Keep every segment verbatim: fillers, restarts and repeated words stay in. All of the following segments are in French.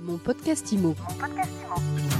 Mon podcast Imo. Mon podcast Imo.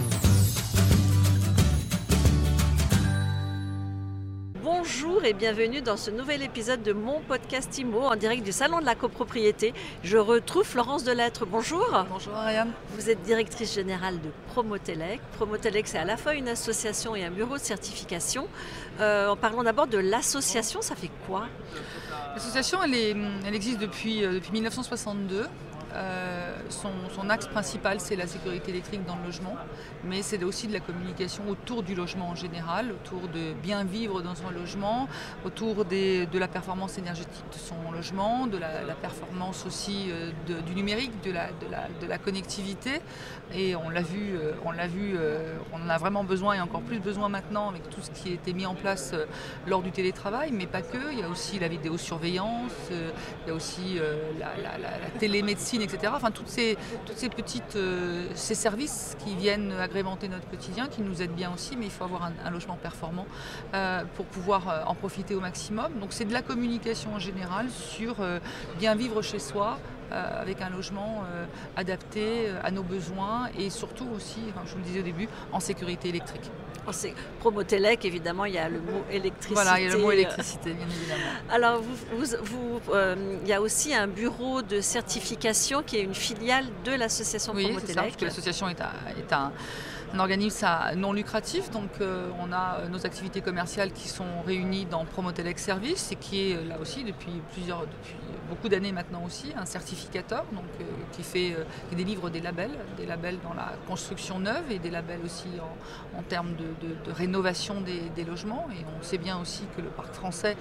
Bonjour et bienvenue dans ce nouvel épisode de mon podcast Imo en direct du Salon de la copropriété. Je retrouve Florence Delettre. Bonjour. Bonjour Ariane. Vous êtes directrice générale de Promotelec. Promotelec, c'est à la fois une association et un bureau de certification. Euh, en parlant d'abord de l'association, ça fait quoi ? L'association, elle, est, elle existe depuis, euh, depuis dix-neuf cent soixante-deux. Euh, son, son axe principal, c'est la sécurité électrique dans le logement, mais c'est aussi de la communication autour du logement en général, autour de bien vivre dans son logement, autour des, de la performance énergétique de son logement, de la, la performance aussi euh, de, du numérique, de la, de, la, de la connectivité. Et on l'a vu, euh, on l'a vu, euh, on en a vraiment besoin et encore plus besoin maintenant avec tout ce qui a été mis en place euh, lors du télétravail, mais pas que. Il y a aussi la vidéosurveillance, euh, il y a aussi euh, la, la, la, la télémédecine, et cetera. Enfin, toutes ces, toutes ces petites, euh, ces services qui viennent agrémenter notre quotidien, qui nous aident bien aussi, mais il faut avoir un, un logement performant euh, pour pouvoir euh, en profiter au maximum. Donc c'est de la communication en général sur euh, bien vivre chez soi, Euh, avec un logement euh, adapté euh, à nos besoins et surtout aussi, enfin, je vous le disais au début, en sécurité électrique. Oh, c'est Promotelec, évidemment, il y a le mot électricité. Voilà, il y a le mot électricité, bien évidemment. Alors, vous, vous, vous, euh, il y a aussi un bureau de certification qui est une filiale de l'association oui, Promotelec. C'est ça, parce que l'association est, un, est un, un organisme non lucratif, donc euh, on a nos activités commerciales qui sont réunies dans Promotelec Service et qui est là aussi depuis plusieurs, depuis beaucoup d'années maintenant aussi, un certificateur donc, euh, qui, fait, euh, qui délivre des labels, des labels dans la construction neuve et des labels aussi en, en termes de, de, de rénovation des, des logements. Et on sait bien aussi que le parc français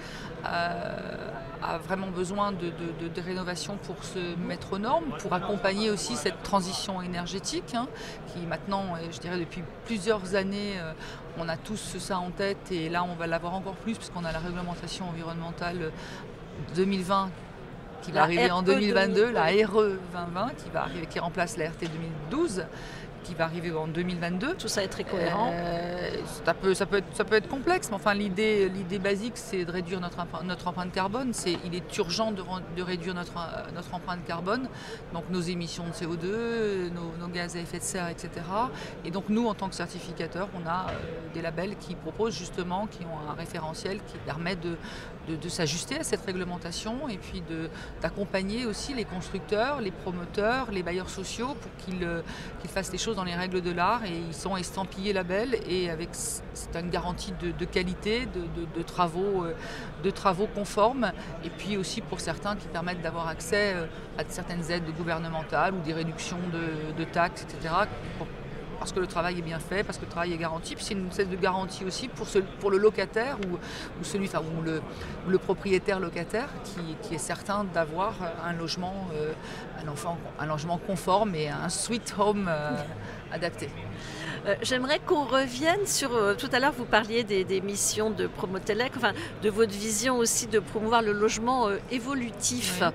euh, a vraiment besoin de, de, de, de rénovation pour se mettre aux normes, pour accompagner aussi cette transition énergétique hein, qui maintenant, je dirais depuis plusieurs années, euh, on a tous ça en tête et là on va l'avoir encore plus puisqu'on a la réglementation environnementale deux mille vingt qui va la arriver R E en deux mille vingt-deux, deux mille vingt. la R E vingt vingt qui va arriver, qui remplace la R T deux mille douze, qui va arriver en deux mille vingt-deux. Tout ça est très cohérent. Euh, ça, peut, ça, peut être, ça peut être complexe, mais enfin l'idée, l'idée basique, c'est de réduire notre, notre empreinte carbone. C'est, il est urgent de, de réduire notre, notre empreinte carbone, donc nos émissions de C O deux, nos, nos gaz à effet de serre, et cetera. Et donc nous, en tant que certificateurs, on a euh, des labels qui proposent justement, qui ont un référentiel qui permet de, de, de s'ajuster à cette réglementation et puis de, d'accompagner aussi les constructeurs, les promoteurs, les bailleurs sociaux pour qu'ils, qu'ils fassent les choses dans les règles de l'art et ils sont estampillés label et avec c'est une garantie de, de qualité, de, de, de, travaux, de travaux conformes et puis aussi pour certains qui permettent d'avoir accès à certaines aides gouvernementales ou des réductions de, de taxes, et cetera. Pour, parce que le travail est bien fait, parce que le travail est garanti. Puis c'est une espèce de garantie aussi pour, ce, pour le locataire ou, ou, celui, enfin, ou le, le propriétaire locataire qui, qui est certain d'avoir un logement, euh, un, enfant, un logement conforme et un sweet home euh, adapté. Euh, j'aimerais qu'on revienne sur... Euh, tout à l'heure, vous parliez des, des missions de Promotelec, enfin, de votre vision aussi de promouvoir le logement euh, évolutif. Oui.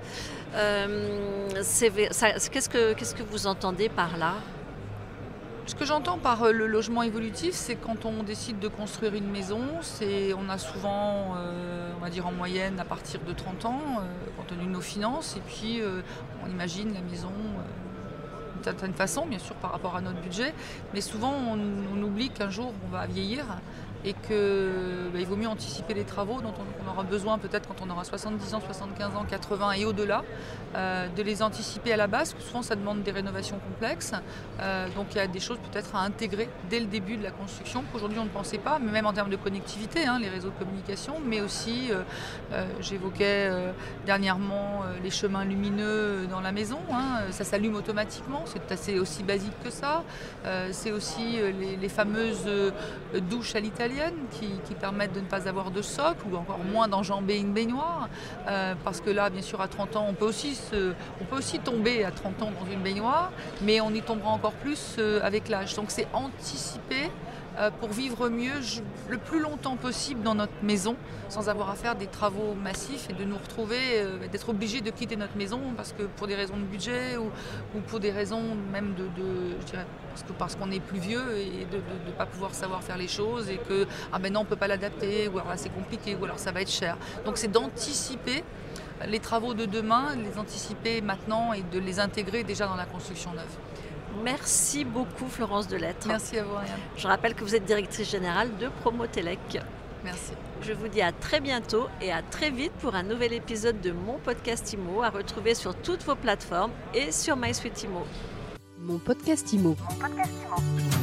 Euh, c'est, ça, qu'est-ce, que, qu'est-ce que vous entendez par là ? Ce que j'entends par le logement évolutif, c'est quand on décide de construire une maison, c'est, on a souvent, euh, on va dire en moyenne, à partir de trente ans, euh, compte tenu de nos finances, et puis euh, on imagine la maison euh, d'une certaine façon, bien sûr par rapport à notre budget, mais souvent on, on oublie qu'un jour on va vieillir et qu'il bah, vaut mieux anticiper les travaux dont on, on aura besoin peut-être quand on aura soixante-dix ans, soixante-quinze ans, quatre-vingts et au-delà, euh, de les anticiper à la base, parce que souvent ça demande des rénovations complexes, euh, donc il y a des choses peut-être à intégrer dès le début de la construction qu'aujourd'hui on ne pensait pas, mais même en termes de connectivité, hein, les réseaux de communication, mais aussi, euh, euh, j'évoquais euh, dernièrement euh, les chemins lumineux dans la maison, hein, ça s'allume automatiquement, c'est assez aussi basique que ça, euh, c'est aussi euh, les, les fameuses euh, douches à l'italienne, Qui, qui permettent de ne pas avoir de socle ou encore moins d'enjamber une baignoire euh, parce que là bien sûr à trente ans on peut aussi, se, on peut aussi tomber à trente ans dans une baignoire mais on y tombera encore plus euh, avec l'âge, donc c'est anticiper euh, pour vivre mieux je, le plus longtemps possible dans notre maison sans avoir à faire des travaux massifs et de nous retrouver, euh, d'être obligés de quitter notre maison parce que pour des raisons de budget ou, ou pour des raisons même de, de je dirais, parce, que, parce qu'on est plus vieux et de ne pas pouvoir savoir faire les choses et que ah ben non on ne peut pas l'adapter ou alors là c'est compliqué ou alors ça va être cher. Donc c'est d'anticiper les travaux de demain, les anticiper maintenant et de les intégrer déjà dans la construction neuve. Merci beaucoup Florence Delettre. Merci à vous, Ariane. Je rappelle que vous êtes directrice générale de Promotelec. Merci. Je vous dis à très bientôt et à très vite pour un nouvel épisode de mon podcast Imo à retrouver sur toutes vos plateformes et sur MySuite Imo. Mon podcast Imo. Mon podcast Imo.